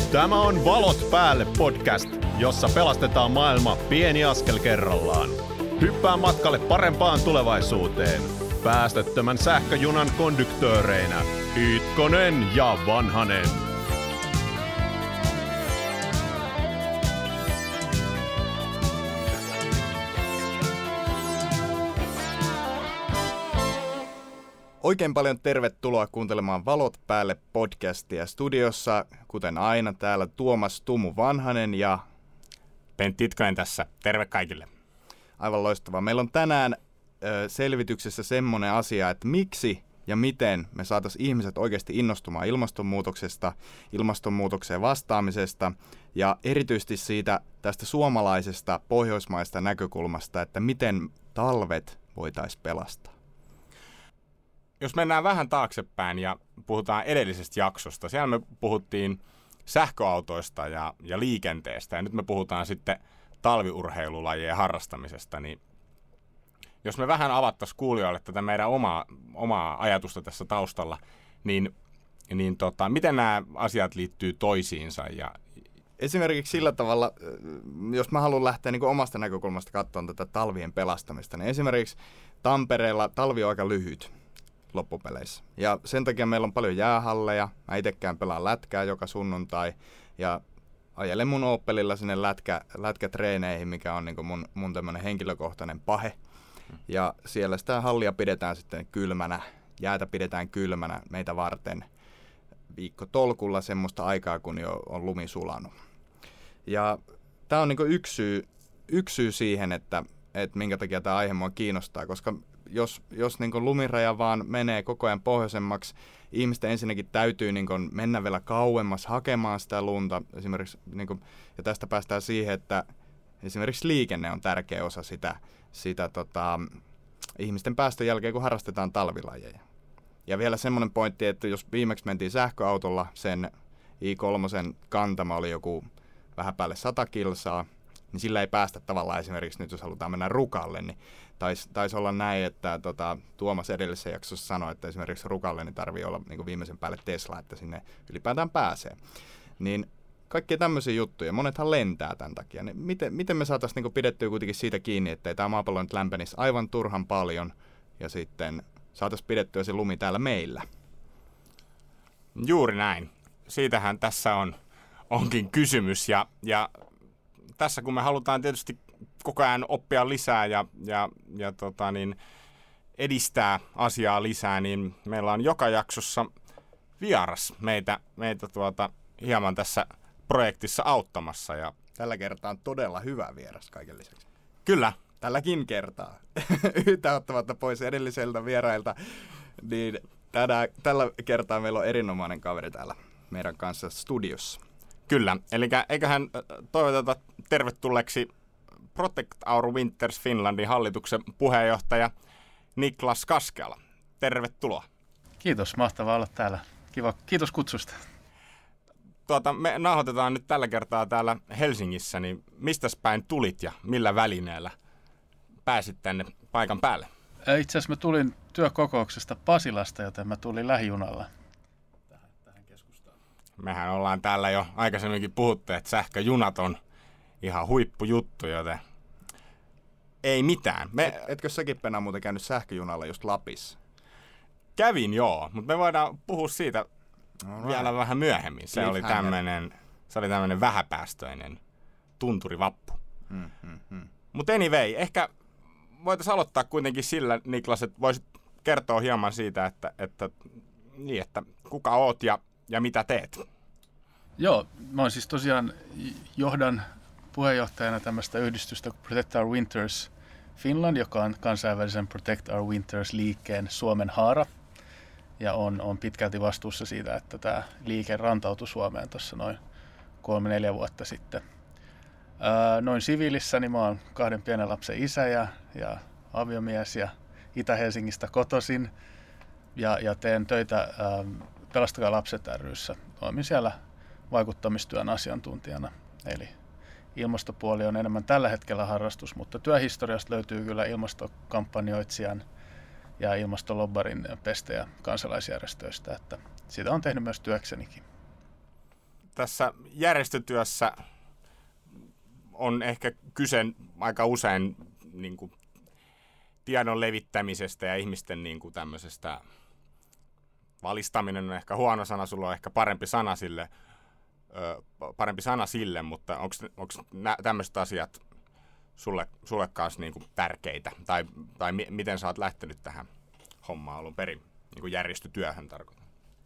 Tämä on Valot päälle podcast, jossa pelastetaan maailma pieni askel kerrallaan. Hyppää matkalle parempaan tulevaisuuteen. Päästöttömän sähköjunan konduktööreinä Itkonen ja Vanhanen. Oikein paljon tervetuloa kuuntelemaan Valot päälle podcastia. Studiossa, kuten aina, täällä Tuomas Tumu Vanhanen ja Pentti Itkonen tässä. Terve kaikille. Aivan loistavaa. Meillä on tänään selvityksessä semmoinen asia, että miksi ja miten me saataisiin ihmiset oikeasti innostumaan ilmastonmuutoksesta, ilmastonmuutokseen vastaamisesta ja erityisesti siitä tästä suomalaisesta pohjoismaista näkökulmasta, että miten talvet voitaisiin pelastaa. Jos mennään vähän taaksepäin ja puhutaan edellisestä jaksosta, siellä me puhuttiin sähköautoista ja liikenteestä ja nyt me puhutaan sitten talviurheilulajien harrastamisesta, niin jos me vähän avattaisiin kuulijoille tätä meidän omaa ajatusta tässä taustalla, niin miten nämä asiat liittyy toisiinsa? Esimerkiksi sillä tavalla, jos mä haluan lähteä niin kuin omasta näkökulmasta katsomaan tätä talvien pelastamista, niin esimerkiksi Tampereella talvi on aika lyhyt loppupeleissä. Ja sen takia meillä on paljon jäähalleja. Mä itsekään pelaan lätkää joka sunnuntai ja ajelen mun Opelilla sinne lätkätreeneihin, mikä on niin kuin mun tämmönen henkilökohtainen pahe. Ja siellä sitä hallia pidetään sitten kylmänä, jäätä pidetään kylmänä meitä varten viikkotolkulla semmoista aikaa, kun jo on lumi sulanut. Ja tää on niin kuin yksi syy siihen, että minkä takia tämä aihe mua kiinnostaa, koska jos niin kuin lumiraja vaan menee koko ajan pohjoisemmaksi, ihmisten ensinnäkin täytyy niin kuin mennä vielä kauemmas hakemaan sitä lunta. Esimerkiksi, niin kuin, ja tästä päästään siihen, että esimerkiksi liikenne on tärkeä osa sitä ihmisten päästön jälkeen, kun harrastetaan talvilajeja. Ja vielä semmoinen pointti, että jos viimeksi mentiin sähköautolla, sen i3 kantama oli joku vähän päälle 100 kilsaa, niin sillä ei päästä tavallaan esimerkiksi nyt, jos halutaan mennä Rukalle, niin taisi olla näin, että Tuomas edellisessä jaksossa sanoi, että esimerkiksi Rukalle niin tarvii olla niin kuin viimeisen päälle Tesla, että sinne ylipäätään pääsee. Niin kaikkia tämmöisiä juttuja. Monethan lentää tämän takia. Niin miten me saataisiin niin kuin pidettyä kuitenkin siitä kiinni, että ei tämä maapallo nyt lämpenisi aivan turhan paljon ja sitten saataisiin pidettyä se lumi täällä meillä? Juuri näin. Siitähän tässä onkin kysymys ja tässä kun me halutaan tietysti koko ajan oppia lisää ja edistää asiaa lisää, niin meillä on joka jaksossa vieras meitä hieman tässä projektissa auttamassa. Ja tällä kertaa on todella hyvä vieras kaiken lisäksi. Kyllä. Tälläkin kertaa. Yhtä ottamatta pois edelliseltä vierailta, niin tällä kertaa meillä on erinomainen kaveri täällä meidän kanssa studiossa. Kyllä, eli eiköhän toivoteta tervetulleeksi Protect Our Winters Finlandin hallituksen puheenjohtaja Niklas Kaskeala. Tervetuloa. Kiitos, mahtavaa olla täällä. Kiva, kiitos kutsusta. Me nauhoitetaan nyt tällä kertaa täällä Helsingissä, niin mistäs päin tulit ja millä välineellä pääsit tänne paikan päälle? Itse asiassa mä tulin työkokouksesta Pasilasta, joten mä tulin lähijunalla tähän keskustaan. Mehän ollaan täällä jo aikaisemminkin puhuttu, että sähköjunat on ihan huippujuttu, joten ei mitään. Etkö säkin Pena muuten käynyt sähköjunalla just Lapissa? Kävin joo, mutta me voidaan puhua siitä vielä vähän myöhemmin. Se oli tämmöinen vähäpäästöinen tunturivappu. Mutta anyway, ehkä voitaisiin aloittaa kuitenkin sillä, Niklas, että voisit kertoa hieman siitä, että kuka oot ja mitä teet. Joo, mä oon siis tosiaan johdan puheenjohtajana tämmöistä yhdistystä Protect Our Winters Finland, joka on kansainvälisen Protect Our Winters-liikkeen Suomen haara. Ja on pitkälti vastuussa siitä, että tämä liike rantautui Suomeen tuossa noin 3-4 vuotta sitten. Noin siviilissä, niin mä oon 2 pienen lapsen isä ja aviomies ja Itä-Helsingistä kotoisin. Ja teen töitä Pelastakaa lapset ry:ssä. Toimin siellä vaikuttamistyön asiantuntijana. Eli ilmastopuoli on enemmän tällä hetkellä harrastus, mutta työhistoriasta löytyy kyllä ilmastokampanjoitsijan ja ilmastolobbarin pestejä kansalaisjärjestöistä, että sitä on tehnyt myös työksenikin. tässä järjestötyössä on ehkä kyse aika usein niin kuin tiedon levittämisestä ja ihmisten niin kuin tämmöisestä, valistaminen on ehkä huono sana, sulla on ehkä parempi sana sille, mutta onko tämmöiset asiat sulle kanssa niin kuin tärkeitä? Tai miten sä oot lähtenyt tähän hommaan alun perin, niin kuin järjestötyöhön tarkoitan?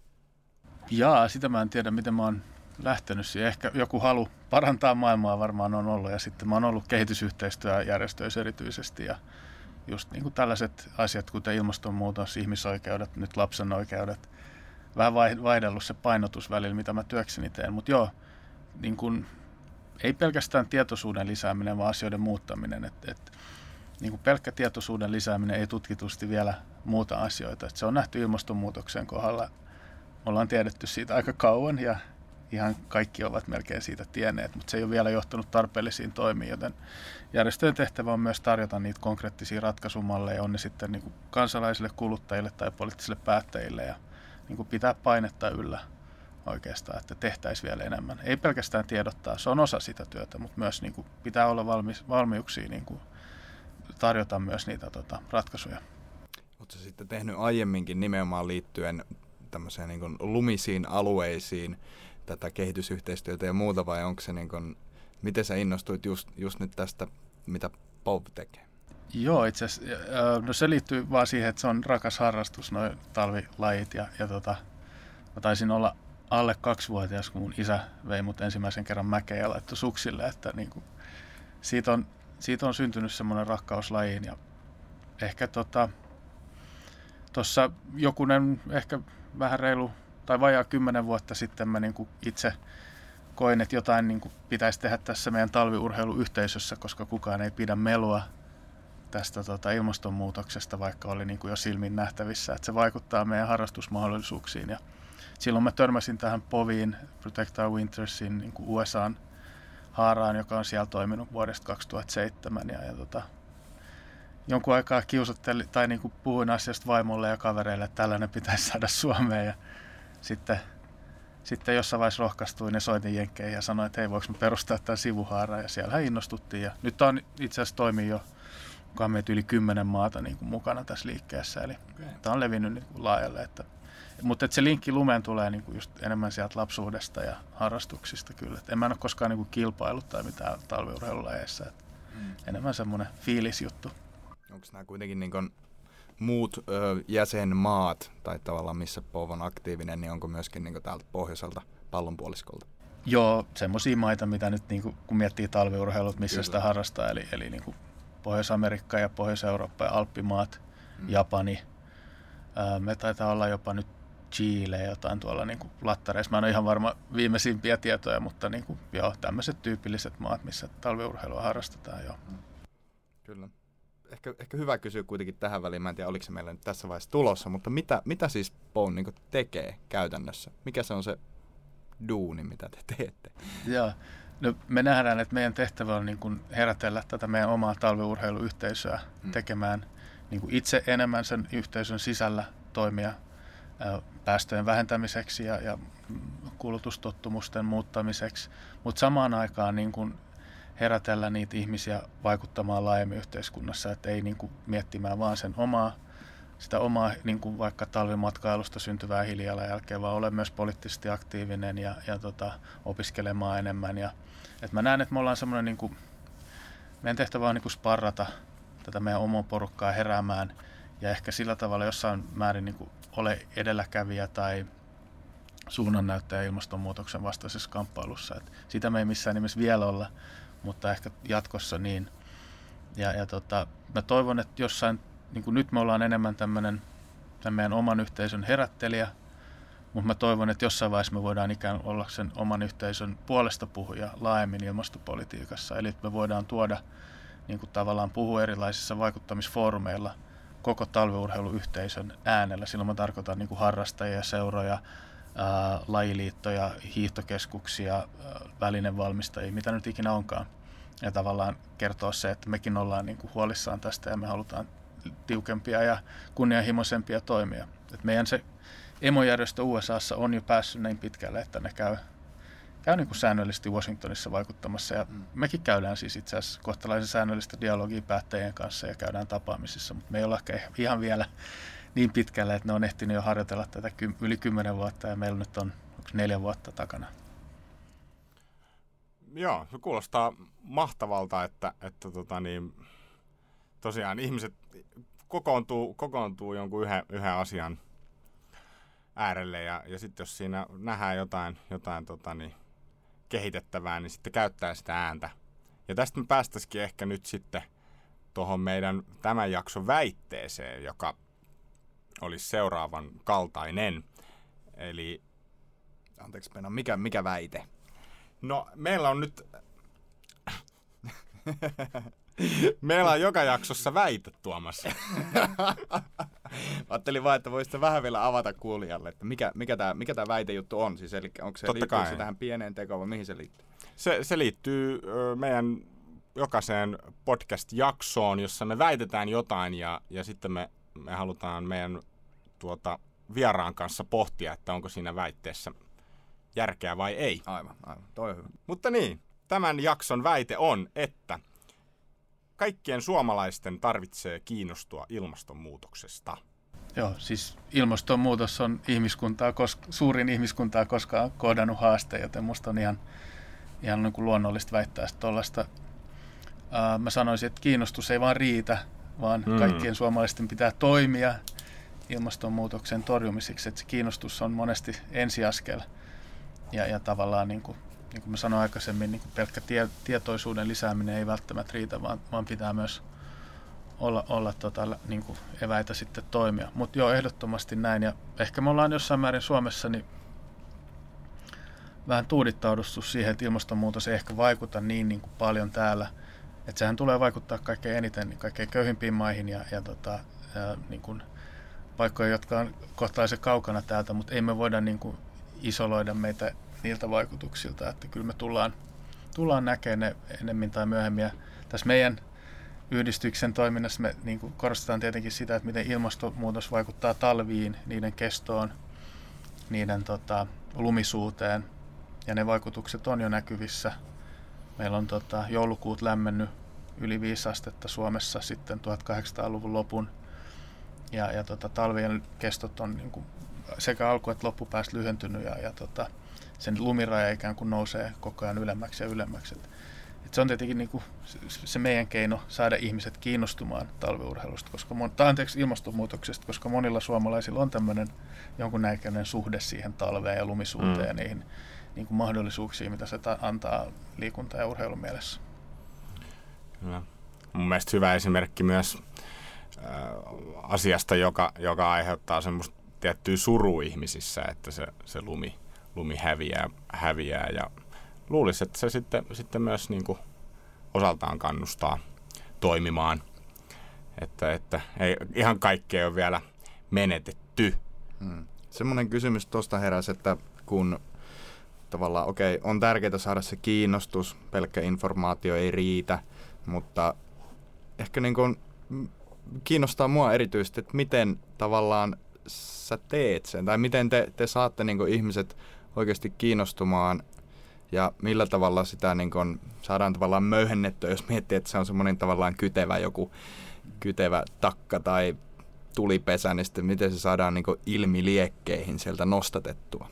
Jaa, sitä mä en tiedä, miten mä oon lähtenyt siihen. Ehkä joku halu parantaa maailmaa varmaan on ollut, ja sitten mä oon ollut kehitysyhteistyöjärjestöissä erityisesti, ja just niin kuin tällaiset asiat, kuten ilmastonmuutos, ihmisoikeudet, nyt lapsen oikeudet, vähän vaihdellut se painotus välillä, mitä mä työkseni teen. Mutta joo, niin kuin, ei pelkästään tietoisuuden lisääminen, vaan asioiden muuttaminen. Niin kuin pelkkä tietoisuuden lisääminen ei tutkitusti vielä muuta asioita. Se on nähty ilmastonmuutoksen kohdalla. Me ollaan tiedetty siitä aika kauan ja ihan kaikki ovat melkein siitä tienneet, mutta se ei ole vielä johtanut tarpeellisiin toimiin, joten järjestöjen tehtävä on myös tarjota niitä konkreettisia ratkaisumalleja, on ne sitten niin kuin kansalaisille, kuluttajille tai poliittisille päättäjille, ja niin kuin pitää painetta yllä oikeastaan, että tehtäisiin vielä enemmän. Ei pelkästään tiedottaa, se on osa sitä työtä, mutta myös niin kuin pitää olla valmiuksia niin kuin tarjota myös niitä ratkaisuja. Oletko sitten tehnyt aiemminkin nimenomaan liittyen tämmöiseen niin kuin lumisiin alueisiin tätä kehitysyhteistyötä ja muuta, vai onko se niin kuin, miten sä innostuit just nyt tästä, mitä POV tekee? Joo, itse asiassa, no se liittyy vaan siihen, että se on rakas harrastus, nuo talvilajit, ja mä taisin olla alle 2-vuotias, kun mun isä vei mut ensimmäisen kerran mäkeen ja laittoi suksille, että niin kuin, siitä on syntynyt semmoinen rakkaus lajiin, ja ehkä tuossa jokunen, ehkä vähän reilu tai vajaa 10 vuotta sitten mä niin kuin itse koin, että jotain niin kuin pitäisi tehdä tässä meidän talviurheiluyhteisössä, koska kukaan ei pidä melua tästä ilmastonmuutoksesta, vaikka oli niin kuin jo silmin nähtävissä, että se vaikuttaa meidän harrastusmahdollisuuksiin. Ja silloin mä törmäsin tähän POViin, Protect Our Wintersin, niin kuin USAn haaraan, joka on siellä toiminut vuodesta 2007. Ja jonkun aikaa kiusattelin tai niin kuin puhuin asiasta vaimolle ja kavereille, että tällainen pitäisi saada Suomeen. Ja sitten jossain vaiheessa rohkaistuin ja soitin jenkkeihin ja sanoin, että hei, voiko me perustaa tämän sivuhaaran, ja siellähän innostuttiin. Ja nyt on itse asiassa toimii jo, onkohan meitä yli 10 maata niin kuin mukana tässä liikkeessä, eli tämä on levinnyt niin kuin laajalle. Mutta se linkki lumeen tulee niin kuin just enemmän sieltä lapsuudesta ja harrastuksista kyllä. En mä ole koskaan niin kuin kilpailut tai mitään talviurheilulajeissa, enemmän semmoinen fiilisjuttu. Onko nämä kuitenkin niin kuin muut jäsenmaat, tai tavallaan missä POV on aktiivinen, niin onko myöskin niin kuin täältä pohjoiselta pallonpuoliskolta? Joo, semmoisia maita, mitä nyt niin kuin, kun miettii talviurheilut, missä kyllä sitä harrastaa, eli niin kuin Pohjois-Amerikka ja Pohjois-Eurooppa ja Alppimaat, Japani. Me taitaa olla jopa nyt Chile jotain tuolla niin kuin lattareissa. Mä en ole ihan varma viimeisimpiä tietoja, mutta niin kuin, joo, tämmöiset tyypilliset maat, missä talviurheilua harrastetaan. Joo. Kyllä. Ehkä hyvä kysyä kuitenkin tähän väliin. Mä en tiedä, oliko se meillä nyt tässä vaiheessa tulossa, mutta mitä siis POV niin kuin tekee käytännössä? Mikä se on se duuni, mitä te teette? Joo. No, me nähdään, että meidän tehtävä on niin kuin herätellä tätä meidän omaa talviurheiluyhteisöä tekemään niin kuin itse enemmän sen yhteisön sisällä toimia päästöjen vähentämiseksi ja kulutustottumusten muuttamiseksi, mutta samaan aikaan niin kuin herätellä niitä ihmisiä vaikuttamaan laajemmin yhteiskunnassa, että ei niin kuin miettimään vaan sitä omaa niin kuin vaikka talvimatkailusta syntyvää hiilijalanjälkeä, vaan ole myös poliittisesti aktiivinen ja opiskelemaan enemmän. Ja, että mä näen, että me ollaan semmoinen, niin kuin, meidän tehtävä on niin kuin sparrata tätä meidän omaa porukkaa heräämään ja ehkä sillä tavalla jossain määrin niin kuin ole edelläkävijä tai suunnannäyttäjä ilmastonmuutoksen vastaisessa kamppailussa. Et sitä me ei missään nimessä vielä olla, mutta ehkä jatkossa niin. Mä toivon, että jossain, niin kuin nyt me ollaan enemmän tämän meidän oman yhteisön herättelijä, mutta mä toivon, että jossain vaiheessa me voidaan ikään olla sen oman yhteisön puolesta puhuja laajemmin ilmastopolitiikassa. Eli me voidaan tuoda, niin kuin tavallaan puhua erilaisissa vaikuttamisfoorumeilla koko talviurheiluyhteisön äänellä. Silloin mä tarkoitan niin kuin harrastajia, seuroja, lajiliittoja, hiihtokeskuksia, välinevalmistajia, mitä nyt ikinä onkaan. Ja tavallaan kertoa se, että mekin ollaan niin kuin huolissaan tästä ja me halutaan tiukempia ja kunnianhimoisempia toimia. Et meidän se emojärjestö USAssa on jo päässyt niin pitkälle, että ne käy käy niin kuin säännöllisesti Washingtonissa vaikuttamassa. Ja mekin käydään siis itse asiassa kohtalaisen säännöllistä dialogia päättäjien kanssa ja käydään tapaamisissa, mutta me ei olla ehkä ihan vielä niin pitkälle, että ne on ehtinyt jo harjoitella tätä yli 10 vuotta ja meillä nyt on 4 vuotta takana. Joo, se kuulostaa mahtavalta, että tosiaan ihmiset kokoontuu jonkun yhden asian äärelle ja sitten jos siinä nähdään jotain kehitettävää, niin sitten käyttää sitä ääntä. Ja tästä me päästäisikin ehkä nyt sitten tuohon meidän tämän jakson väitteeseen, joka olisi seuraavan kaltainen. Eli anteeksi Pena, mikä väite? No, meillä on nyt meillä on joka jaksossa väite, Tuomas. Ajattelin vaan, että voisitte vähän vielä avata kuulijalle, että mikä tämä väitejuttu on. Siis, eli onko se, liittyy se tähän pieneen tekoon vai mihin se liittyy? Se liittyy meidän jokaiseen podcast-jaksoon, jossa me väitetään jotain ja sitten me halutaan meidän vieraan kanssa pohtia, että onko siinä väitteessä järkeä vai ei. Aivan. Toi on hyvä. Mutta niin, tämän jakson väite on, että kaikkien suomalaisten tarvitsee kiinnostua ilmastonmuutoksesta. Joo, siis ilmastonmuutos on suurin ihmiskuntaa koskaan kohdannut haaste, joten musta on ihan niin kuin luonnollista väittää tuollaista. Mä sanoisin, että kiinnostus ei vaan riitä, vaan kaikkien suomalaisten pitää toimia ilmastonmuutoksen torjumiseksi. Että se kiinnostus on monesti ensiaskel ja tavallaan niin kuin mä sanoin aikaisemmin, niin kuin pelkkä tietoisuuden lisääminen ei välttämättä riitä, vaan pitää myös olla niin kuin eväitä sitten toimia. Mutta joo, ehdottomasti näin. Ja ehkä me ollaan jossain määrin Suomessa niin vähän tuudittauduttu siihen, että ilmastonmuutos ei ehkä vaikuta niin kuin paljon täällä. Että sehän tulee vaikuttaa kaikkein eniten niin kaikkein köyhimpiin maihin ja niin kuin paikkoja, jotka on kohtalaisen kaukana täältä, mutta ei me voida niin kuin isoloida meitä niiltä vaikutuksilta, että kyllä me tullaan näkemään ne enemmän tai myöhemmin. Ja tässä meidän yhdistyksen toiminnassa me niin kuin korostetaan tietenkin sitä, että miten ilmastonmuutos vaikuttaa talviin, niiden kestoon, niiden lumisuuteen, ja ne vaikutukset on jo näkyvissä. Meillä on joulukuut lämmennyt yli 5 astetta Suomessa sitten 1800-luvun lopun, ja talvien kestot on niin kuin sekä alku- että loppupäästä lyhentynyt, ja sen lumiraja ikään kuin nousee koko ajan ylemmäksi ja ylemmäksi. Et se on tietenkin niin kuin se meidän keino saada ihmiset kiinnostumaan talviurheilusta, ilmastonmuutoksesta, koska monilla suomalaisilla on tämmöinen jonkunnäköinen suhde siihen talveen ja lumisuuteen ja niihin niin kuin mahdollisuuksiin, mitä se antaa liikunta- ja urheilun mielessä. Kyllä. Mun mielestä hyvä esimerkki myös asiasta, joka aiheuttaa semmoista tiettyä surua ihmisissä, että se lumi häviää ja luulisi, että se sitten myös niin kuin osaltaan kannustaa toimimaan, että ei ihan kaikkea ole vielä menetetty. Semmoinen kysymys tuosta heräsi, että kun tavallaan on tärkeää saada se kiinnostus, pelkkä informaatio ei riitä, mutta ehkä niin kuin kiinnostaa mua erityisesti, että miten tavallaan sä teet sen, tai miten te saatte niin kuin ihmiset oikeasti kiinnostumaan, ja millä tavalla sitä niin kuin saadaan tavallaan möyhennettyä, jos miettii, että se on semmoinen tavallaan kytevä takka tai tulipesä, niin sitten miten se saadaan niin kuin ilmiliekkeihin sieltä nostatettua?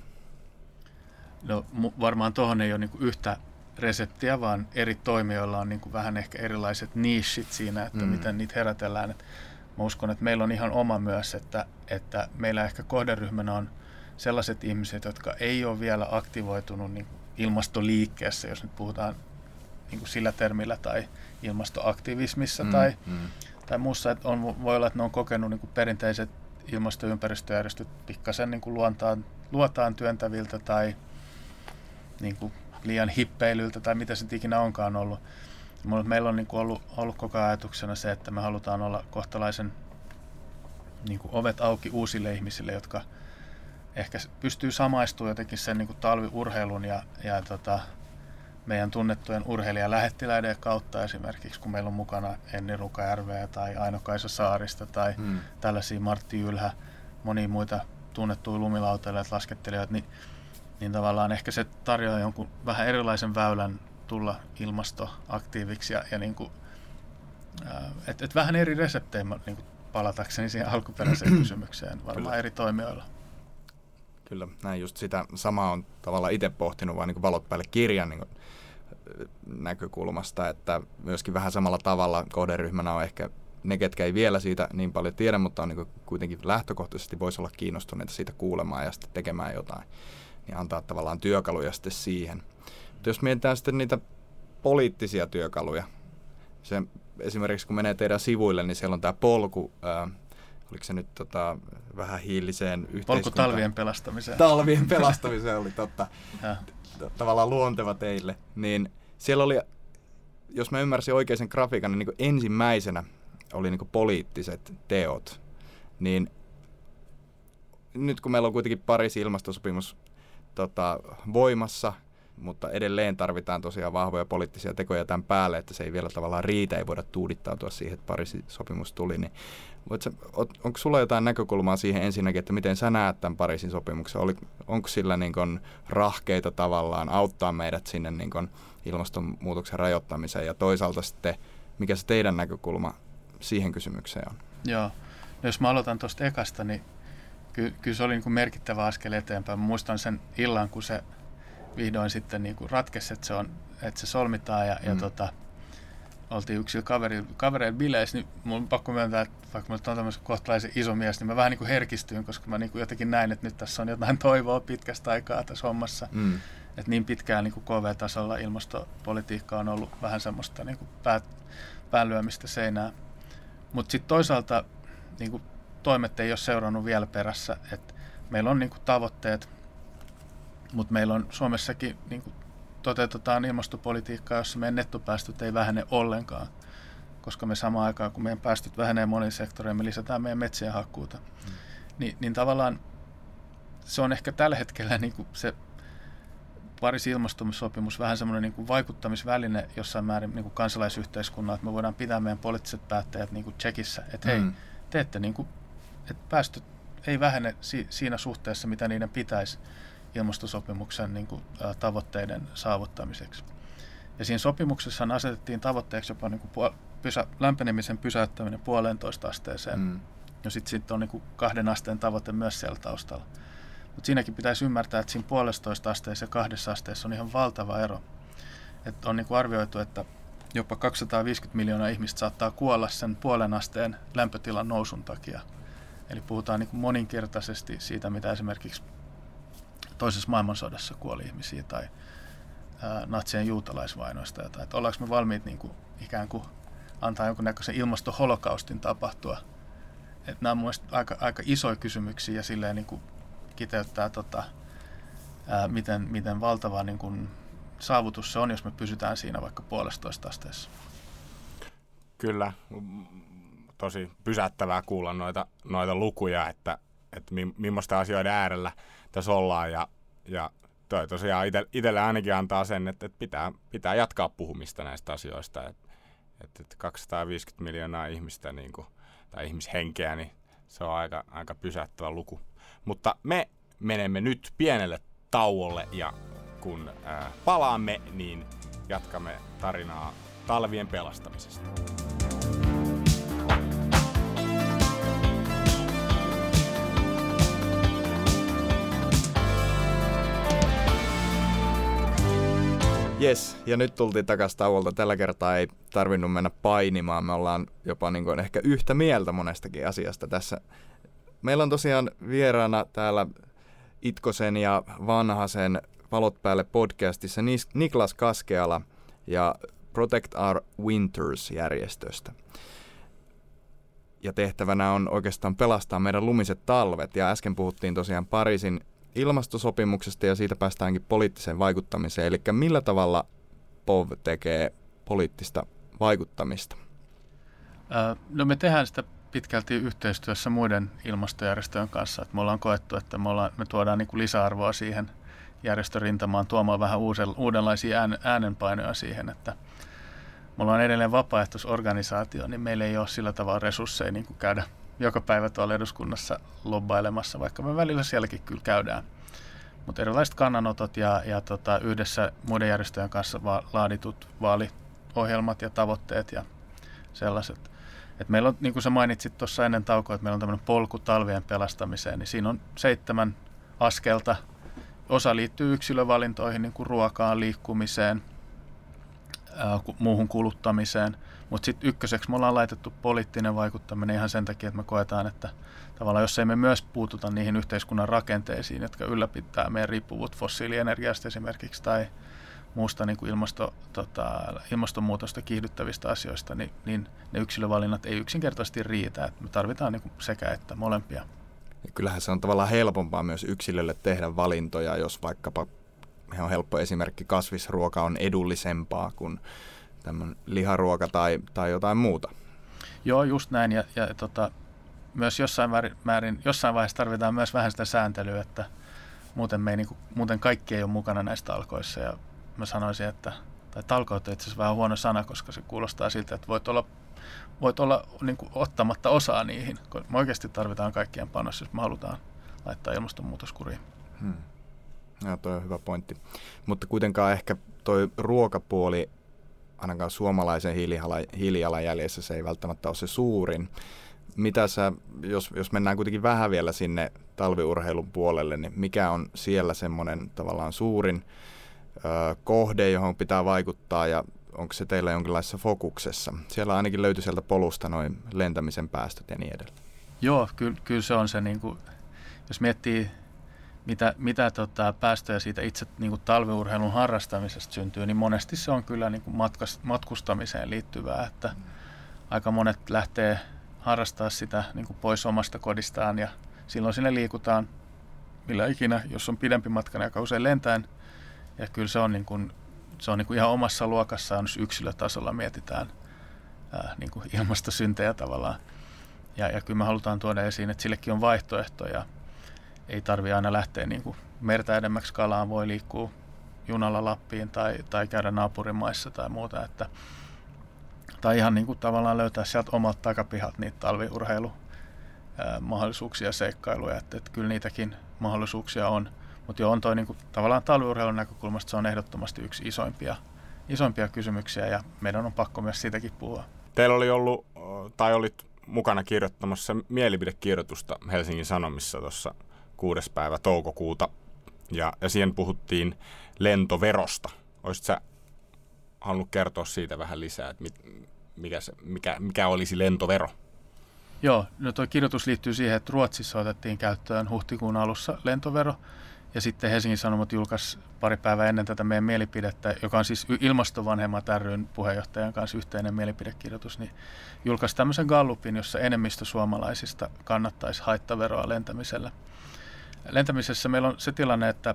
No varmaan tuohon ei ole niin kuin yhtä reseptiä, vaan eri toimijoilla on niin kuin vähän ehkä erilaiset niishit siinä, että miten niitä herätellään. Mä uskon, että meillä on ihan oma myös, että meillä ehkä kohderyhmänä on sellaiset ihmiset, jotka ei ole vielä aktivoitunut niin ilmastoliikkeessä, jos nyt puhutaan niin kuin sillä termillä, tai ilmastoaktivismissa tai muussa. Että voi olla, että ne on kokenut niin kuin perinteiset ilmastoympäristöjärjestöt pikkasen niin kuin luotaan työntäviltä tai niin kuin liian hippeilyltä tai mitä se ikinä onkaan ollut. Meillä on niin kuin ollut koko ajan ajatuksena se, että me halutaan olla kohtalaisen niin kuin ovet auki uusille ihmisille, jotka ehkä pystyy samaistumaan jotenkin sen niin kuin talviurheilun ja meidän tunnettujen urheilijalähettiläiden kautta esimerkiksi, kun meillä on mukana Enni Rukajärveä tai Aino-Kaisa Saarista tai tällaisia Martti Ylhä, monia muita tunnettuja lumilautailijoita, laskettelijoita, niin niin tavallaan ehkä se tarjoaa jonkun vähän erilaisen väylän tulla ilmastoaktiiviksi ja niin kuin, et vähän eri reseptejä niin kuin palatakseni siihen alkuperäiseen kysymykseen varmaan eri toimijoilla. Kyllä, näin just sitä samaa on tavallaan itse pohtinut vaan niin Valot päälle -kirjan niin näkökulmasta, että myöskin vähän samalla tavalla kohderyhmänä on ehkä ne, ketkä ei vielä siitä niin paljon tiedä, mutta on niin kuitenkin lähtökohtaisesti voisi olla kiinnostuneita siitä kuulemaan ja sitten tekemään jotain, niin antaa tavallaan työkaluja sitten siihen. Mutta jos mietitään sitten niitä poliittisia työkaluja, se esimerkiksi kun menee teidän sivuille, niin siellä on tämä polku, oliko se nyt vähän hiiliseen yhteiskuntaan? Polku talvien pelastamiseen. Talvien pelastamiseen oli totta. Tavallaan luonteva teille. Niin siellä oli, jos mä ymmärsin oikein sen grafiikan, niin ensimmäisenä oli niin poliittiset teot. Niin nyt kun meillä on kuitenkin Pariisin ilmastosopimus voimassa, mutta edelleen tarvitaan tosiaan vahvoja poliittisia tekoja tämän päälle, että se ei vielä tavallaan riitä, ei voida tuudittautua siihen, että Pariisin sopimus tuli. Niin onko sulla jotain näkökulmaa siihen ensinnäkin, että miten sä näet tämän Pariisin sopimuksen? Onko sillä niin kuin rahkeita tavallaan auttaa meidät sinne niin kuin ilmastonmuutoksen rajoittamiseen, ja toisaalta sitten, mikä se teidän näkökulma siihen kysymykseen on? Joo, no jos mä aloitan tuosta ekasta, niin kyllä se oli niin kuin merkittävä askel eteenpäin. Mä muistan sen illan, kun se vihdoin sitten niin kuin ratkesi, että se solmitaan ja oltiin yksillä kavereilla bileissä, niin mun on pakko myöntää, että vaikka mä olen tämmöisen kohtalaisen iso mies, niin mä vähän niin kuin herkistyin, koska mä niin kuin jotenkin näin, että nyt tässä on jotain toivoa pitkästä aikaa tässä hommassa. Että niin pitkään niin kuin KV-tasolla ilmastopolitiikka on ollut vähän semmoista niin kuin päänlyömistä seinää. Mutta sitten toisaalta niin kuin toimet ei ole seurannut vielä perässä, että meillä on niin kuin tavoitteet, mutta meillä on Suomessakin niin kuin toteutetaan ilmastopolitiikkaa, jossa meidän nettopäästöt ei vähene ollenkaan, koska me samaan aikaan, kun meidän päästöt vähenee monilla sektoreilla, me lisätään meidän metsien hakkuuta. Niin tavallaan se on ehkä tällä hetkellä niin kuin se Pariisin ilmastosopimus vähän semmoinen niin kuin vaikuttamisväline jossain määrin niin kuin kansalaisyhteiskunnalla, että me voidaan pitää meidän poliittiset päättäjät niin kuin checkissä, että hei, teette niin kuin, että päästöt ei vähene siinä suhteessa, mitä niiden pitäisi ilmastosopimuksen niin kuin, tavoitteiden saavuttamiseksi. Ja siinä sopimuksessa asetettiin tavoitteeksi jopa niin kuin lämpenemisen pysäyttäminen 1,5 asteeseen. Ja sitten on niin kuin 2 asteen tavoite myös siellä taustalla. Mutta siinäkin pitäisi ymmärtää, että siinä 1,5 asteessa ja 2 asteessa on ihan valtava ero. Et on niin kuin arvioitu, että jopa 250 miljoonaa ihmistä saattaa kuolla sen 0,5 asteen lämpötilan nousun takia. Eli puhutaan niin kuin moninkertaisesti siitä, mitä esimerkiksi toisessa maailmansodassa kuoli ihmisiä tai natsien juutalaisvainoista. Että ollaanko me valmiit niin kuin ikään kuin antaa jonkunnäköisen ilmastoholokaustin tapahtua. Että nämä on mun mielestä aika isoja kysymyksiä ja silleen niin kuin kiteyttää, miten valtava niin kuin saavutus se on, jos me pysytään siinä vaikka 1,5 asteessa. Kyllä, tosi pysäyttävää kuulla noita lukuja, että millaista asioiden äärellä tässä ollaan, ja toi tosiaan itselle ainakin antaa sen, että pitää jatkaa puhumista näistä asioista, että 250 miljoonaa ihmistä niin kuin, tai ihmishenkeä, niin se on aika pysäyttävä luku. Mutta me menemme nyt pienelle tauolle, ja kun palaamme, niin jatkamme tarinaa talvien pelastamisesta. Jes, ja nyt tultiin takaisin tauolta. Tällä kertaa ei tarvinnut mennä painimaan. Me ollaan jopa niin kuin ehkä yhtä mieltä monestakin asiasta tässä. Meillä on tosiaan vieraana täällä Itkosen ja Vanhasen Valot päälle -podcastissa Niklas Kaskeala ja Protect Our Winters-järjestöstä. Ja tehtävänä on oikeastaan pelastaa meidän lumiset talvet. Ja äsken puhuttiin tosiaan Pariisin ilmastosopimuksesta ja siitä päästäänkin poliittiseen vaikuttamiseen. Eli millä tavalla POV tekee poliittista vaikuttamista? No me tehdään sitä pitkälti yhteistyössä muiden ilmastojärjestöjen kanssa. Että me ollaan koettu, että me tuodaan niin kuin lisäarvoa siihen järjestörintamaan tuomaan vähän uudenlaisia äänenpainoja siihen, että me ollaan edelleen vapaaehtoisorganisaatio, niin meillä ei ole sillä tavalla resursseja niin kuin käydä joka päivä tuolla eduskunnassa lobbailemassa, vaikka me välillä sielläkin kyllä käydään. Mutta erilaiset kannanotot ja yhdessä muiden järjestöjen kanssa laaditut vaaliohjelmat ja tavoitteet ja sellaiset. Et meillä on, niin kuin sä mainitsit tuossa ennen taukoa, että meillä on tämmöinen polku talvien pelastamiseen, niin siinä on 7 askelta. Osa liittyy yksilövalintoihin, niin kuin ruokaan, liikkumiseen, muuhun kuluttamiseen. Mutta sitten ykköseksi me ollaan laitettu poliittinen vaikuttaminen ihan sen takia, että me koetaan, että tavallaan jos ei me myös puututa niihin yhteiskunnan rakenteisiin, jotka ylläpitää meidän riippuvuutta fossiilienergiasta esimerkiksi tai muusta niin kuin ilmastonmuutosta kiihdyttävistä asioista, niin ne yksilövalinnat ei yksinkertaisesti riitä. Et me tarvitaan niin kuin sekä että molempia. Ja kyllähän se on tavallaan helpompaa myös yksilölle tehdä valintoja, jos vaikkapa, on helppo esimerkki, kasvisruoka on edullisempaa kuin tämmöinen liharuoka tai jotain muuta. Joo, just näin. Ja myös jossain vaiheessa tarvitaan myös vähän sitä sääntelyä, että muuten kaikki ei ole mukana näissä talkoissa. Ja mä sanoisin, tai talkoot on itse asiassa vähän huono sana, koska se kuulostaa siltä, että voit olla niin kuin ottamatta osaa niihin. Me oikeasti tarvitaan kaikkien panos, jos me halutaan laittaa ilmastonmuutos kuriin. Joo, toi on hyvä pointti. Mutta kuitenkaan ehkä toi ruokapuoli, ainakaan suomalaisen hiilijalanjäljessä, se ei välttämättä ole se suurin. Mitä sä, jos mennään kuitenkin vähän vielä sinne talviurheilun puolelle, niin mikä on siellä semmoinen tavallaan suurin kohde, johon pitää vaikuttaa, ja onko se teillä jonkinlaisessa fokuksessa? Siellä ainakin löytyi sieltä polusta noin lentämisen päästöt ja niin edelleen. Joo, kyllä se on se, niin kuin, jos miettii mitä päästöjä siitä itse niin kuin talviurheilun harrastamisesta syntyy, niin monesti se on kyllä niin kuin matkustamiseen liittyvää, että aika monet lähtee harrastaa sitä niin kuin pois omasta kodistaan ja silloin sinne liikutaan millä ikinä, jos on pidempi matka, niin aika usein lentäen. Ja kyllä se on, niin kuin ihan omassa luokassaan, jos yksilötasolla mietitään niin kuin ilmastosyntejä tavallaan. Ja kyllä me halutaan tuoda esiin, että sillekin on vaihtoehtoja. Ei tarvitse aina lähteä niin kuin merta edemmäksi kalaan, voi liikkua junalla Lappiin tai käydä naapurimaissa tai muuta. Tai ihan niin kuin tavallaan löytää sieltä omalta takapihalta niitä talviurheilumahdollisuuksia ja seikkailuja. Että kyllä niitäkin mahdollisuuksia on. Mutta jo on toi niin kuin, tavallaan talviurheilun näkökulmasta se on ehdottomasti yksi isoimpia kysymyksiä ja meidän on pakko myös siitäkin puhua. Teillä oli ollut, tai olit mukana kirjoittamassa mielipidekirjoitusta Helsingin Sanomissa tuossa 6. päivä toukokuuta ja siihen puhuttiin lentoverosta. Olisitko sä halunnut kertoa siitä vähän lisää, että mikä olisi lentovero? Joo, no tuo kirjoitus liittyy siihen, että Ruotsissa otettiin käyttöön huhtikuun alussa lentovero. Ja sitten Helsingin Sanomat julkaisi pari päivää ennen tätä meidän mielipidettä, joka on siis Ilmastovanhemmat ry:n puheenjohtajan kanssa yhteinen mielipidekirjoitus, niin julkaisi tämmöisen gallupin, jossa enemmistö suomalaisista kannattaisi haittaveroa lentämisellä. Lentämisessä meillä on se tilanne, että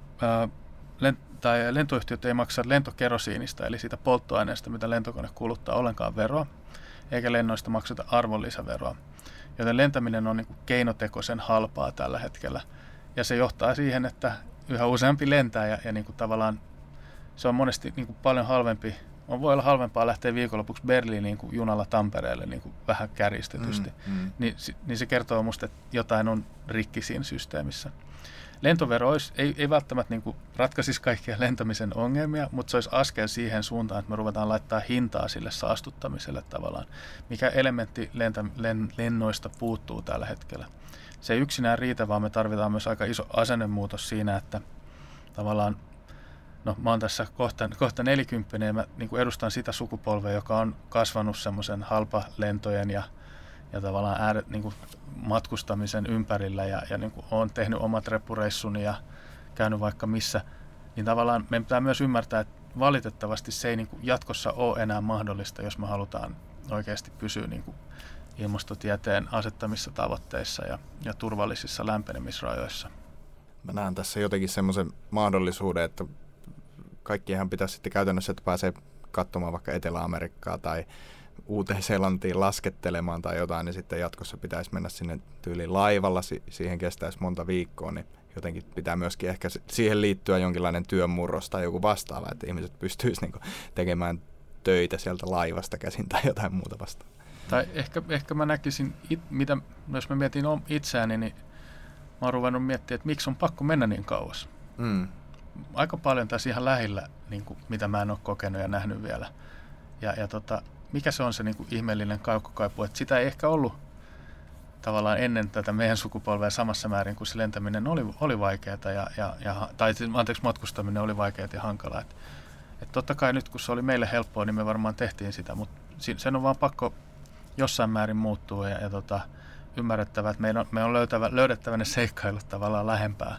lentoyhtiöt ei maksa lentokerosiinista, eli siitä polttoaineesta, mitä lentokone kuluttaa, ollenkaan veroa, eikä lennoista makseta arvonlisäveroa. Joten lentäminen on niin kuin keinotekoisen halpaa tällä hetkellä. Ja se johtaa siihen, että yhä useampi lentää ja niin kuin tavallaan se on monesti niin kuin paljon halvempi. Voi olla halvempaa lähteä viikonlopuksi Berliiniin kuin junalla Tampereelle niin kuin vähän kärjistetysti. Niin se kertoo musta, että jotain on rikki siinä systeemissä. Lentovero ei välttämättä niin kuin ratkaisisi kaikkia lentämisen ongelmia, mutta se olisi askel siihen suuntaan, että me ruvetaan laittaa hintaa sille saastuttamiselle tavallaan. Mikä elementti lennoista puuttuu tällä hetkellä. Se ei yksinään riitä, vaan me tarvitaan myös aika iso asennemuutos siinä, että tavallaan, no mä oon tässä kohta 40 ja mä niin kuin edustan sitä sukupolvea, joka on kasvanut semmoisen halpalentojen ja tavallaan niin kuin matkustamisen ympärillä ja niin kuin oon tehnyt omat reppureissuni ja käynyt vaikka missä, niin tavallaan meidän pitää myös ymmärtää, että valitettavasti se ei niin kuin jatkossa ole enää mahdollista, jos me halutaan oikeasti pysyä niin kuin ilmastotieteen asettamissa tavoitteissa ja turvallisissa lämpenemisrajoissa. Mä näen tässä jotenkin semmoisen mahdollisuuden, että kaikkienhan pitäisi sitten käytännössä, että pääsee katsomaan vaikka Etelä-Amerikkaa tai Uuteen-Seelantiin laskettelemaan tai jotain, niin sitten jatkossa pitäisi mennä sinne tyyliin laivalla, siihen kestäisi monta viikkoa, niin jotenkin pitää myöskin ehkä siihen liittyä jonkinlainen työnmurros tai joku vastaava, että ihmiset pystyisivät niinku tekemään töitä sieltä laivasta käsin tai jotain muuta vastaavaa. Tai ehkä mä näkisin, jos mä mietin itseäni, niin mä oon ruvennut miettimään, että miksi on pakko mennä niin kauas. Aika paljon tässä ihan lähellä, niin kuin, mitä mä en ole kokenut ja nähnyt vielä. Ja mikä se on se niin kuin ihmeellinen kaukokaipu, että sitä ei ehkä ollut tavallaan ennen tätä meidän sukupolvea samassa määrin, kun se lentäminen oli vaikeaa matkustaminen oli vaikeaa ja hankalaa. Et totta kai nyt, kun se oli meille helppoa, niin me varmaan tehtiin sitä, mutta sen on vaan pakko jossain määrin muuttua ja ymmärrettävä, että me on löydettävä ne seikkailut tavallaan lähempää.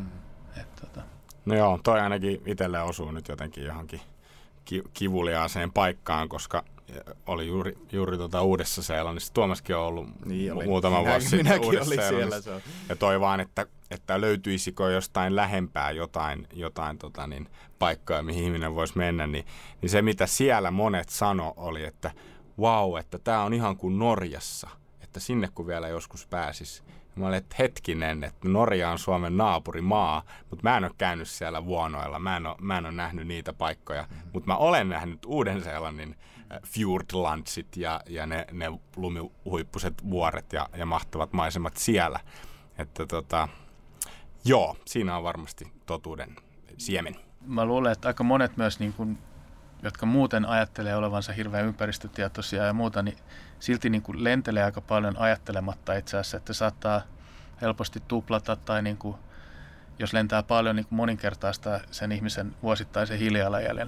No joo, toi ainakin itselle osuu nyt jotenkin johonkin kivuliaaseen paikkaan, koska oli juuri Uudessa-Seelannissa. Tuomaskin on ollut muutama vuosi sitten Uudessa-Seelannissa. Ja toi vaan, että löytyisikö jostain lähempää jotain paikkoja, mihin ihminen voisi mennä. Niin se, mitä siellä monet sano, oli, että vau, että tämä on ihan kuin Norjassa. Että sinne kun vielä joskus pääsisi. Mä olin, että hetkinen, että Norja on Suomen naapurimaa, mutta mä en ole käynyt siellä vuonoilla, mä en ole nähnyt niitä paikkoja, mutta mä olen nähnyt Uuden-Seelannin fjordlandsit ja ne lumihuippuiset vuoret ja mahtavat maisemat siellä. Että joo, siinä on varmasti totuuden siemen. Mä luulen, että aika monet myös, niin kun, jotka muuten ajattelee olevansa hirveän ympäristötietoisia ja muuta, niin silti niin kuin lentelee aika paljon ajattelematta itse asiassa, että saattaa helposti tuplata tai niin kuin, jos lentää paljon, niin kuin moninkertaista sen ihmisen vuosittaisen hiilijalanjäljen.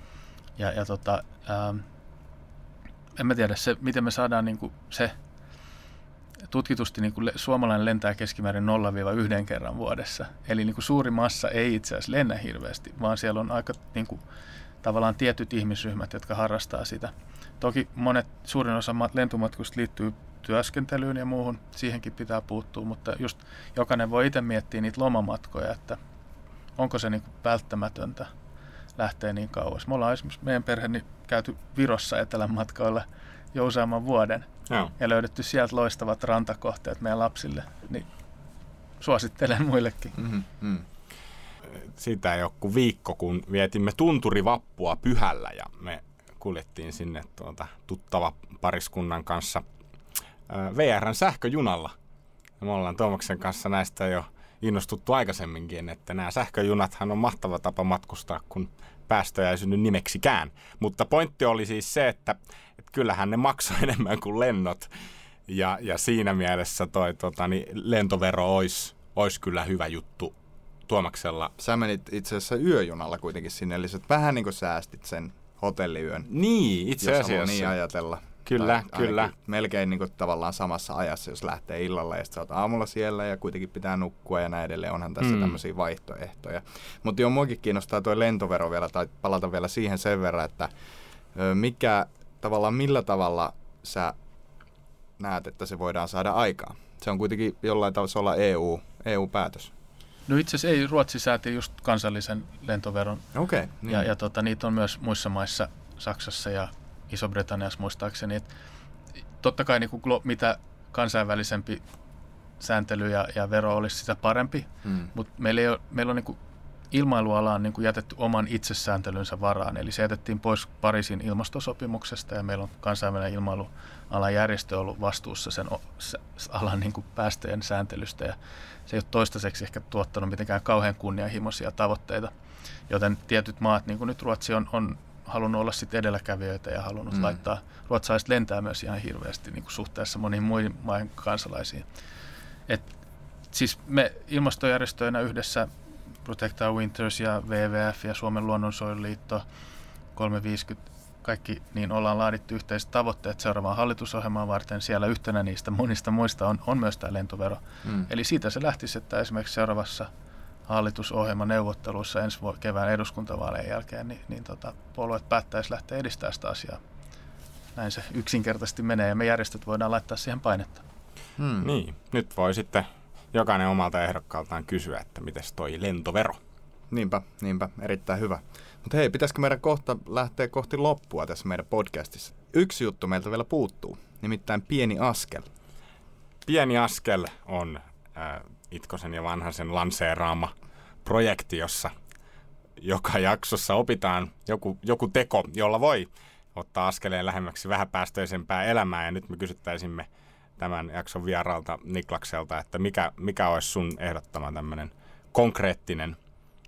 En mä tiedä, miten me saadaan niin kuin se tutkitusti niin kuin suomalainen lentää keskimäärin 0-1 kerran vuodessa. Eli niin kuin suuri massa ei itse asiassa lennä hirveästi, vaan siellä on aika niin kuin, tavallaan tietyt ihmisryhmät, jotka harrastaa sitä. Toki suurin osa lentomatkusta liittyy työskentelyyn ja muuhun, siihenkin pitää puuttua, mutta just jokainen voi itse miettiä niitä lomamatkoja, että onko se niin kuin välttämätöntä lähteä niin kauas. Me ollaan esimerkiksi meidän perheeni käyty Virossa etelänmatkoilla jo useamman vuoden ja löydetty sieltä loistavat rantakohteet meidän lapsille, niin suosittelen muillekin. Siitä ei ole kuin viikko, kun vietimme tunturivappua Pyhällä ja me kuljettiin sinne tuttava pariskunnan kanssa VR:n sähköjunalla. Ja me ollaan Tuomaksen kanssa näistä jo innostuttu aikaisemminkin, että nämä sähköjunathan on mahtava tapa matkustaa, kun päästöjä ei synny nimeksikään. Mutta pointti oli siis se, että kyllähän ne maksoi enemmän kuin lennot. Ja siinä mielessä lentovero olisi kyllä hyvä juttu Tuomaksella. Sä menit itse asiassa yöjunalla kuitenkin sinne, eli vähän niin kuin säästit sen hotelliyön. Niin, itse asiassa. Niin ajatella. Kyllä. Melkein niin kuin tavallaan samassa ajassa, jos lähtee illalla ja sitten sä oot aamulla siellä ja kuitenkin pitää nukkua ja näin edelleen. Onhan tässä tämmöisiä vaihtoehtoja. Mutta joo, muakin kiinnostaa tuo lentovero vielä, tai palata vielä siihen sen verran, että millä tavalla sä näet, että se voidaan saada aikaan? Se on kuitenkin jollain tavalla EU-päätös. No itse asiassa ei, Ruotsi sääti just kansallisen lentoveron. Okei. Niin. Ja niitä on myös muissa maissa, Saksassa ja Iso-Britanniassa muistaakseni. Et totta kai niin kuin, mitä kansainvälisempi sääntely ja vero olisi, sitä parempi. Mutta meillä on niin kuin, ilmailuala on niin kuin jätetty oman itsesääntelynsä varaan. Eli se jätettiin pois Pariisin ilmastosopimuksesta ja meillä on kansainvälinen ilmailualan järjestö ollut vastuussa sen alan niin kuin päästöjen sääntelystä. Ja se ei ole toistaiseksi ehkä tuottanut mitenkään kauhean kunnianhimoisia tavoitteita. Joten tietyt maat, niin kuin nyt Ruotsi, on halunnut olla sitten edelläkävijöitä ja halunnut laittaa, ruotsalaiset lentää myös ihan hirveästi niin kuin suhteessa moniin muihin maihin kansalaisiin. Siis me ilmastojärjestöinä yhdessä Protect Our Winters ja WWF ja Suomen luonnonsuojeluliitto 350, kaikki, niin ollaan laadittu yhteiset tavoitteet seuraavaan hallitusohjelmaan varten. Siellä yhtenä niistä monista muista on myös tämä lentovero. Eli siitä se lähtisi, että esimerkiksi seuraavassa hallitusohjelmaneuvotteluissa ensi kevään eduskuntavaalejen jälkeen, niin puolueet päättäisi lähteä edistämään sitä asiaa. Näin se yksinkertaisesti menee ja me järjestöt voidaan laittaa siihen painetta. Niin, nyt voi sitten jokainen omalta ehdokkaaltaan kysyä, että mites toi lentovero? Niinpä, erittäin hyvä. Mutta hei, pitäisikö meidän kohta lähteä kohti loppua tässä meidän podcastissa? Yksi juttu meiltä vielä puuttuu, nimittäin pieni askel. Pieni askel on Itkosen ja Vanhasen lanseeraama projekti, jossa joka jaksossa opitaan joku teko, jolla voi ottaa askeleen lähemmäksi vähäpäästöisempää elämää. Ja nyt me kysyttäisimme tämän jakson vieraalta Niklakselta, että mikä olisi sun ehdottama tämmöinen konkreettinen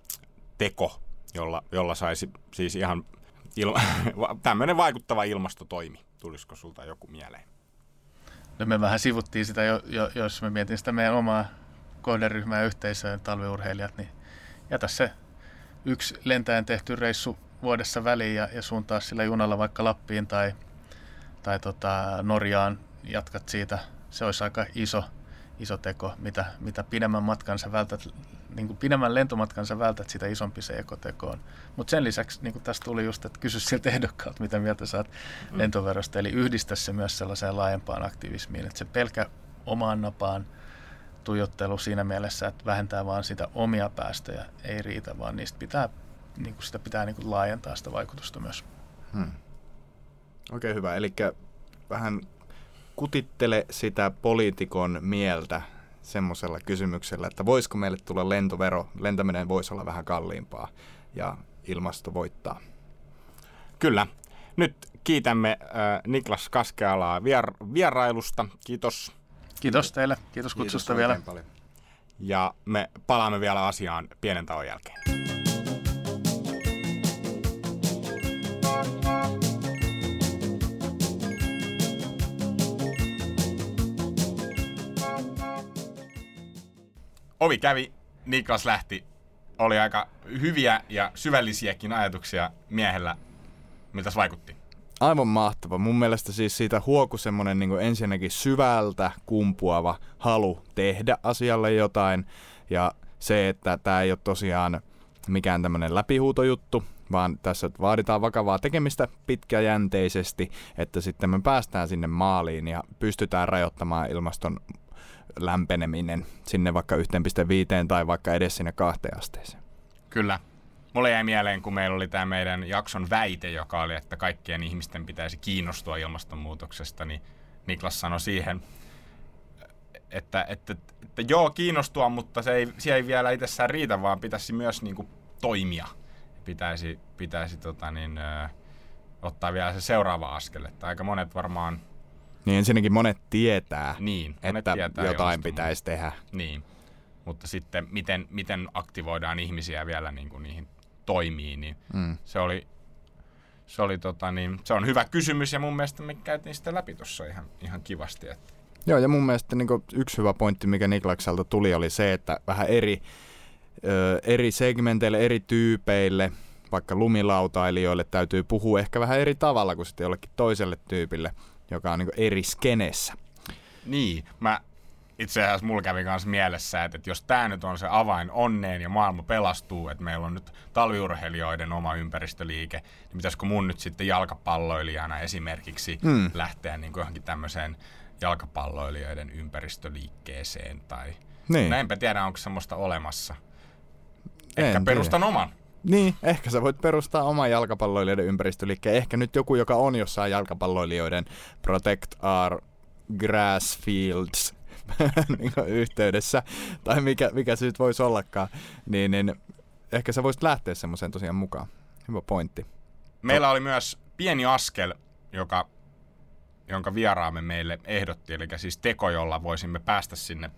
teko, jolla saisi siis ihan tämmöinen vaikuttava ilmastotoimi. Tulisiko sulta joku mieleen? No me vähän sivuttiin sitä, jos me mietin sitä meidän omaa kohderyhmää ja yhteisöä, talviurheilijat, niin jätä se yksi lentäen tehty reissu vuodessa väliin ja suuntaa sillä junalla vaikka Lappiin tai Norjaan, jatkat siitä. Se olisi aika iso teko, mitä pidemmän matkan sä vältät, niin kuin pidemmän lentomatkan sä vältät, sitä isompi se ekoteko on. Mutta sen lisäksi, niin kuin tässä tuli just, että kysy siltä ehdokkaalta, mitä mieltä saat lentoverosta, eli yhdistä se myös sellaiseen laajempaan aktivismiin, että se pelkä omaan napaan tuijottelu siinä mielessä, että vähentää vaan sitä omia päästöjä, ei riitä, vaan niistä pitää, sitä pitää laajentaa sitä vaikutusta myös. Oikein hyvä, eli vähän kutittele sitä poliitikon mieltä semmoisella kysymyksellä, että voisiko meille tulla lentovero, lentäminen voisi olla vähän kalliimpaa ja ilmasto voittaa. Kyllä. Nyt kiitämme Niklas Kaskealaa vierailusta. Kiitos. Kiitos teille. Kiitos kutsusta vielä. Paljon. Ja me palaamme vielä asiaan pienen tauon jälkeen. Ovi kävi, Niklas lähti. Oli aika hyviä ja syvällisiäkin ajatuksia miehellä. Miltä se vaikutti? Aivan mahtava. Mun mielestä siis siitä huokui semmoinen niin kuin ensinnäkin syvältä kumpuava halu tehdä asialle jotain. Ja se, että tämä ei ole tosiaan mikään tämmöinen läpihuutojuttu, vaan tässä vaaditaan vakavaa tekemistä pitkäjänteisesti, että sitten me päästään sinne maaliin ja pystytään rajoittamaan ilmaston lämpeneminen sinne vaikka 1,5 tai vaikka edes sinne 2 asteeseen. Kyllä. Mulle jäi mieleen, kun meillä oli tämä meidän jakson väite, joka oli, että kaikkien ihmisten pitäisi kiinnostua ilmastonmuutoksesta, niin Niklas sanoi siihen, että joo, kiinnostua, mutta se ei vielä itsessään riitä, vaan pitäisi myös niinku toimia. Pitäisi ottaa vielä se seuraava askel, että aika monet varmaan... Niin ensinnäkin monet tietää, että jotain pitäisi tehdä. Niin, mutta sitten miten aktivoidaan ihmisiä vielä niihin toimii, niin se on hyvä kysymys ja mun mielestä me käytiin sitä läpi tuossa ihan kivasti. Että. Joo, ja mun mielestä yksi hyvä pointti, mikä Niklakselta tuli, oli se, että vähän eri segmenteille, eri tyypeille, vaikka lumilautailijoille täytyy puhua ehkä vähän eri tavalla kuin sitten jollekin toiselle tyypille, joka on eri skenessä. Niin, itse asiassa mulla kävi myös mielessä, että jos tämä nyt on se avain onneen ja maailma pelastuu, että meillä on nyt talviurheilijoiden oma ympäristöliike, niin pitäisikö mun nyt sitten jalkapalloilijana esimerkiksi lähteä johonkin tämmöiseen jalkapalloilijoiden ympäristöliikkeeseen tai näinpä tiedä, onko semmoista olemassa. Ehkä perustan oman. Niin, ehkä sä voit perustaa oman jalkapalloilijoiden ympäristöliikkeen. Ehkä nyt joku, joka on jossain jalkapalloilijoiden Protect Our Grass Fields yhteydessä, tai mikä se nyt voisi ollakaan, niin ehkä sä voisit lähteä semmoiseen tosiaan mukaan. Hyvä pointti. Meillä oli myös pieni askel, jonka vieraamme meille ehdotti, eli siis teko, jolla voisimme päästä sinne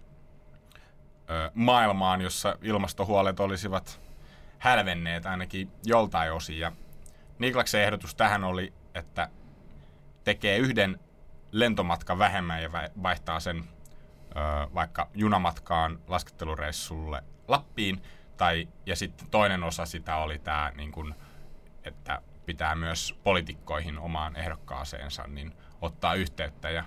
maailmaan, jossa ilmastohuolet olisivat hälvenneet ainakin joltain osin. Ja Niklaksen ehdotus tähän oli, että tekee yhden lentomatkan vähemmän ja vaihtaa sen vaikka junamatkaan laskettelureissulle Lappiin. Ja sitten toinen osa sitä oli tämä, että pitää myös poliitikkoihin omaan ehdokkaaseensa niin ottaa yhteyttä ja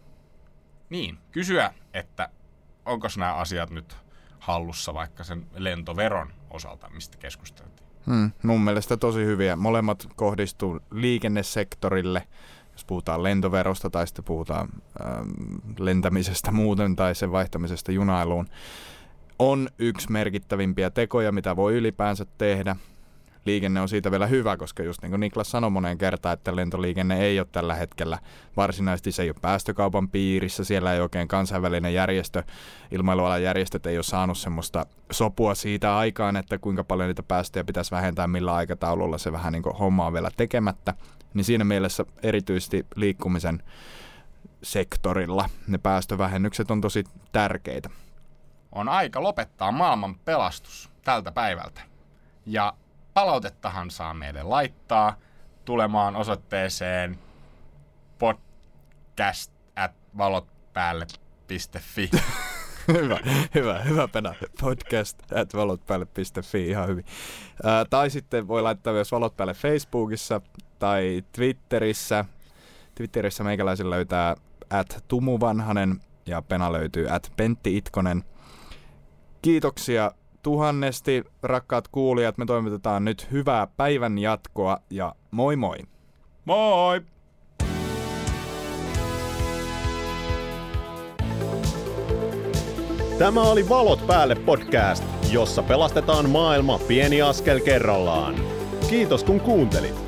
kysyä, että onko nämä asiat nyt hallussa vaikka sen lentoveron osalta, mistä keskusteltiin. Mun mielestä tosi hyviä. Molemmat kohdistuu liikennesektorille, jos puhutaan lentoverosta tai sitten puhutaan lentämisestä muuten tai sen vaihtamisesta junailuun. On yksi merkittävimpiä tekoja, mitä voi ylipäänsä tehdä. Liikenne on siitä vielä hyvä, koska just niin kuin Niklas sanoi moneen kertaan, että lentoliikenne ei ole tällä hetkellä varsinaisesti, se ei ole päästökaupan piirissä, siellä ei oikein kansainvälinen järjestö, ilmailualan järjestöt ei ole saanut semmoista sopua siitä aikaan, että kuinka paljon niitä päästöjä pitäisi vähentää, millä aikataululla se vähän niin kuin homma on vielä tekemättä, niin siinä mielessä erityisesti liikkumisen sektorilla ne päästövähennykset on tosi tärkeitä. On aika lopettaa maailman pelastus tältä päivältä. Ja palautettahan saa meille laittaa tulemaan osoitteeseen podcast@valotpäälle.fi. Hyvä Pena. podcast@valotpäälle.fi, ihan hyvin. Tai sitten voi laittaa myös Valot päälle Facebookissa tai Twitterissä. Twitterissä meikäläisen löytää @tumuvanhanen ja Pena löytyy @pentti-itkonen. Kiitoksia tuhannesti, rakkaat kuulijat. Me toimitetaan nyt hyvää päivän jatkoa ja moi moi! Moi! Tämä oli Valot päälle podcast, jossa pelastetaan maailma pieni askel kerrallaan. Kiitos kun kuuntelit.